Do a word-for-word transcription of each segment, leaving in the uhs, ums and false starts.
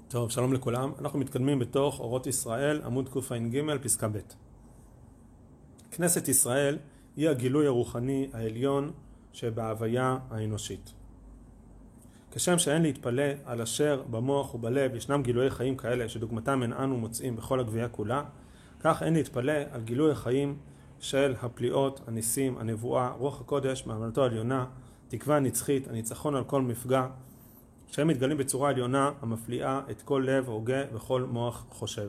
טוב, שלום לכולם. אנחנו מתקדמים בתוך אורות ישראל, עמוד קע"ג, פסקה ב'. כנסת ישראל היא הגילוי הרוחני העליון שבהוויה האנושית. כשם שאין להתפלא על אשר במוח ובלב ישנם גילויי חיים כאלה שדוגמתם אין אנו מוצאים בכל הגבייה כולה, כך אין להתפלא על גילוי החיים של הפליאות, הניסים, הנבואה, רוח הקודש, מעמדתו העליונה, תקווה נצחית, הניצחון על כל מפגע, שהם מתגלים בצורה עליונה המפליאה את כל לב הוגה וכל מוח חושב.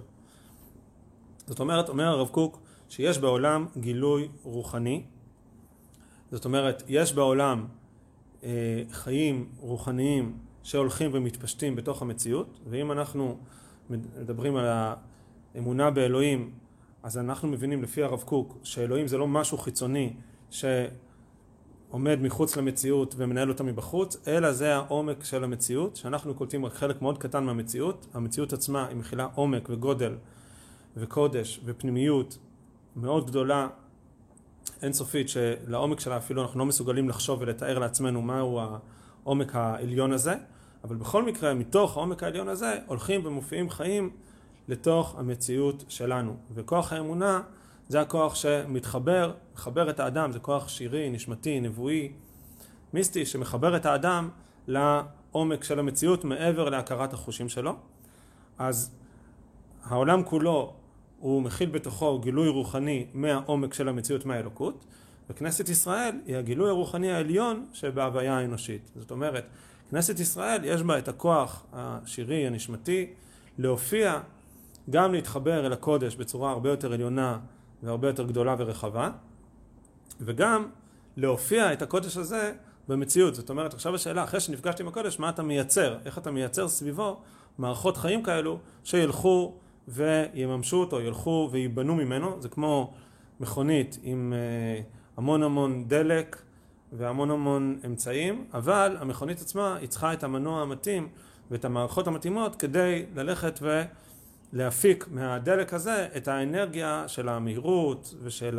זאת אומרת, אומר הרב קוק, שיש בעולם גילוי רוחני. זאת אומרת, יש בעולם אה, חיים רוחניים שהולכים ומתפשטים בתוך המציאות, ואם אנחנו מדברים על האמונה באלוהים, אז אנחנו מבינים לפי הרב קוק שאלוהים זה לא משהו חיצוני ש... עומד מחוץ למציאות ומנהל אותה מבחוץ, אלא זה העומק של המציאות, שאנחנו קולטים רק חלק מאוד קטן מהמציאות. המציאות עצמה היא מכילה עומק וגודל וקודש ופנימיות מאוד גדולה, אינסופית, שלעומק שלה אפילו אנחנו לא מסוגלים לחשוב ולתאר לעצמנו מהו העומק העליון הזה, אבל בכל מקרה מתוך העומק העליון הזה הולכים ומופיעים חיים לתוך המציאות שלנו, וכוח האמונה זה הכוח שמתחבר, מחבר את האדם, זה כוח שירי, נשמתי, נבואי, מיסטי, שמחבר את האדם לעומק של המציאות מעבר להכרת החושים שלו. אז העולם כולו הוא מכיל בתוכו גילוי רוחני מהעומק של המציאות, מהאלוקות, וכנסת ישראל היא הגילוי הרוחני העליון שבהוויה האנושית. זאת אומרת, כנסת ישראל יש בה את הכוח השירי, הנשמתי, להופיע, גם להתחבר אל הקודש בצורה הרבה יותר עליונה, והרבה יותר גדולה ורחבה, וגם להופיע את הקודש הזה במציאות. זאת אומרת, עכשיו השאלה, אחרי שנפגשתי עם הקודש, מה אתה מייצר? איך אתה מייצר סביבו מערכות חיים כאלו שילכו ויממשו אותו, ילכו ויבנו ממנו. זה כמו מכונית עם המון המון דלק והמון המון אמצעים, אבל המכונית עצמה היא צריכה את המנוע המתאים ואת המערכות המתאימות כדי ללכת ו... להפיק מהדלק הזה את האנרגיה של המהירות ושל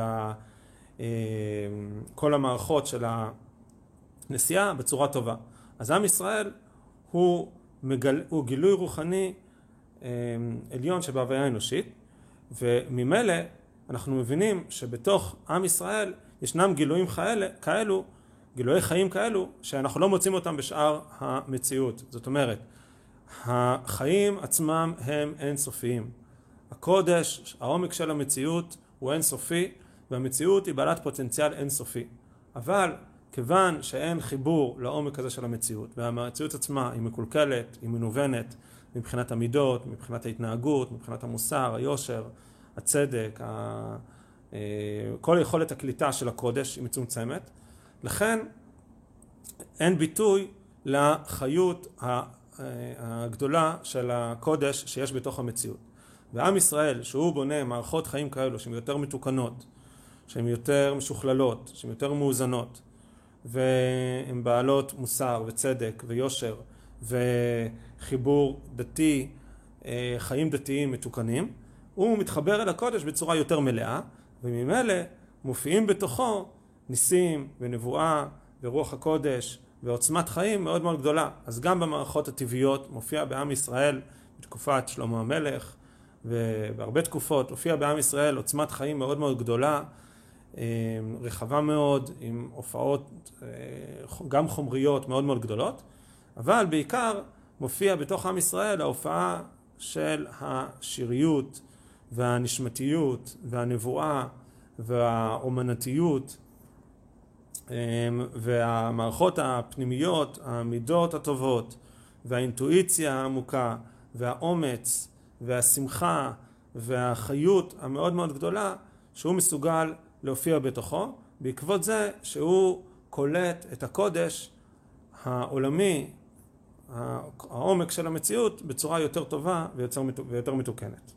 כל המערכות של הנסיעה בצורה טובה. אז עם ישראל הוא, מגל... הוא גילוי רוחני עליון שבהוויה האנושית, וממילא אנחנו מבינים שבתוך עם ישראל ישנם גילויים כאלה, כאלו, גילויי חיים כאלו, שאנחנו לא מוצאים אותם בשאר המציאות. זאת אומרת, החיים עצמם הם אינסופיים. הקודש, העומק של המציאות הוא אינסופי, והמציאות היא בעלת פוטנציאל אינסופי. אבל כיוון שאין חיבור לעומק הזה של המציאות, והמציאות עצמה היא מקולקלת, היא מנוונת מבחינת המידות, מבחינת ההתנהגות, מבחינת המוסר, היושר, הצדק, ה... כל יכולת הקליטה של הקודש היא מצומצמת, לכן אין ביטוי לחיות ה... הגדולה של הקודש שיש בתוך המציאות. ועם ישראל, שהוא בונה מערכות חיים כאלו שהן יותר מתוקנות, שהן יותר משוכללות, שהן יותר מאוזנות, והן בעלות מוסר וצדק ויושר וחיבור דתי, חיים דתיים מתוקנים, הוא מתחבר אל הקודש בצורה יותר מלאה, וממילא מופיעים בתוכו ניסים ונבואה ורוח הקודש ועוצמת חיים מאוד מאוד גדולה. אז גם במערכות הטבעיות מופיע בעם ישראל בתקופת שלמה המלך, ובהרבה תקופות הופיע בעם ישראל עוצמת חיים מאוד מאוד גדולה, רחבה מאוד, עם הופעות גם חומריות מאוד מאוד גדולות, אבל בעיקר מופיע בתוך עם ישראל ההופעה של השיריות והנשמתיות והנבואה והאומנתיות, והמערכות הפנימיות, המידות הטובות, והאינטואיציה העמוקה, והאומץ, והשמחה, והחיות המאוד מאוד גדולה, שהוא מסוגל להופיע בתוכו, בעקבות זה שהוא קולט את הקודש העולמי, העומק של המציאות, בצורה יותר טובה ויותר מתוקנת.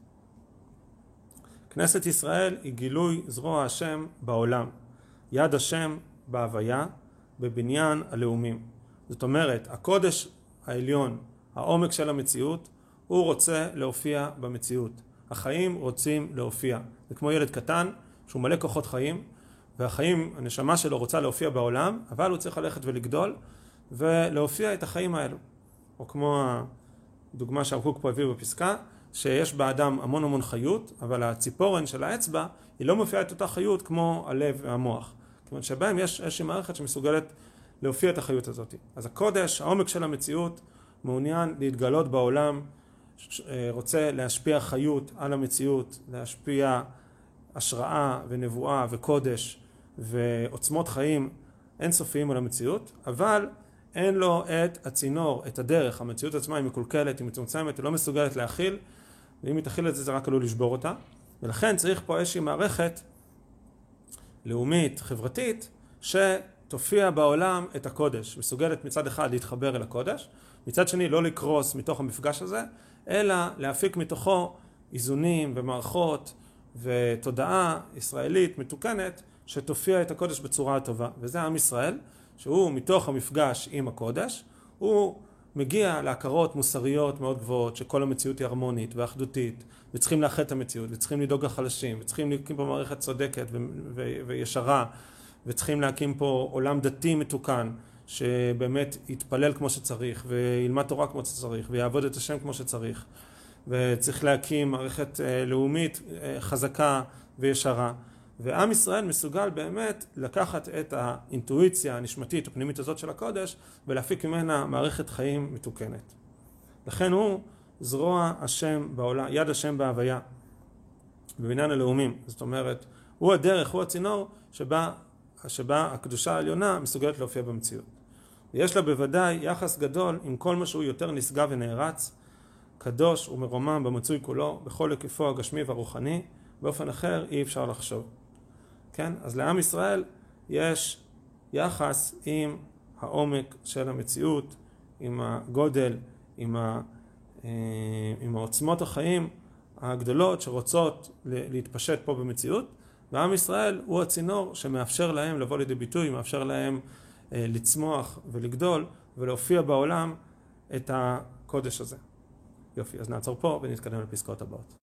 כנסת ישראל היא גילוי זרוע השם בעולם, יד השם בהוויה, בבניין הלאומים. זאת אומרת, הקודש העליון, העומק של המציאות, הוא רוצה להופיע במציאות. החיים רוצים להופיע. זה כמו ילד קטן שהוא מלא כוחות חיים, והחיים, הנשמה שלו רוצה להופיע בעולם, אבל הוא צריך ללכת ולגדול ולהופיע את החיים האלו. או כמו דוגמה שהרב פה הביא בפסקה, שיש באדם המון המון חיות, אבל הציפורן של האצבע היא לא מופיעה את אותה חיות כמו הלב והמוח. כלומר שבהם יש איזושהי מערכת שמסוגלת להופיע את החיות הזאת. אז הקודש, העומק של המציאות, מעוניין להתגלות בעולם, רוצה להשפיע חיות על המציאות, להשפיע השראה ונבואה וקודש ועוצמות חיים אינסופיים על המציאות, אבל אין לו את הצינור, את הדרך. המציאות עצמה היא מקולקלת, היא מצומצמת, היא לא מסוגלת להכיל, ואם היא תכיל את זה, זה רק עלול לשבור אותה. ולכן צריך פה איזושהי מערכת לאומית, חברתית, שתופיע בעולם את הקודש. מסוגלת מצד אחד להתחבר אל הקודש, מצד שני לא לקרוס מתוך המפגש הזה, אלא להפיק מתוכו איזונים ומערכות ותודעה ישראלית מתוקנת, שתופיע את הקודש בצורה הטובה. וזה עם ישראל, שהוא מתוך המפגש עם הקודש, הוא מגיע להכרות מוסריות מאוד גבוהות, שכל המציאות היא הרמונית ואחדותית, וצריכים לאחד את המציאות, וצריכים לדאוג לחלשים, וצריכים להקים פה מערכת צודקת ו- ו- וישרה, וצריכים להקים פה עולם דתי מתוקן, שבאמת יתפלל כמו שצריך, וילמד תורה כמו שצריך, ויעבוד את השם כמו שצריך, וצריך להקים מערכת לאומית חזקה וישרה. ועם ישראל מסוגל באמת לקחת את האינטואיציה הנשמתית הפנימית הזאת של הקודש ולהפיק ממנה מערכת חיים מתוקנת. לכן הוא זרוע השם בעולם, יד השם בהוויה, בבניין הלאומים. זאת אומרת, הוא הדרך, הוא הצינור שבה, שבה הקדושה העליונה מסוגלת להופיע במציאות. ויש לה בוודאי יחס גדול עם כל מה שהוא יותר נשגב ונערץ, קדוש ומרומם במצוי כולו, בכל היקפו הגשמי והרוחני, באופן אחר אי אפשר לחשוב. כן? אז לעם ישראל יש יחס עם העומק של המציאות, עם הגודל, עם, ה, עם העוצמות החיים הגדולות שרוצות להתפשט פה במציאות, ועם ישראל הוא הצינור שמאפשר להם לבוא לידי ביטוי, מאפשר להם לצמוח ולגדול ולהופיע בעולם את הקודש הזה. יופי, אז נעצור פה ונתקדם לפסקאות הבאות.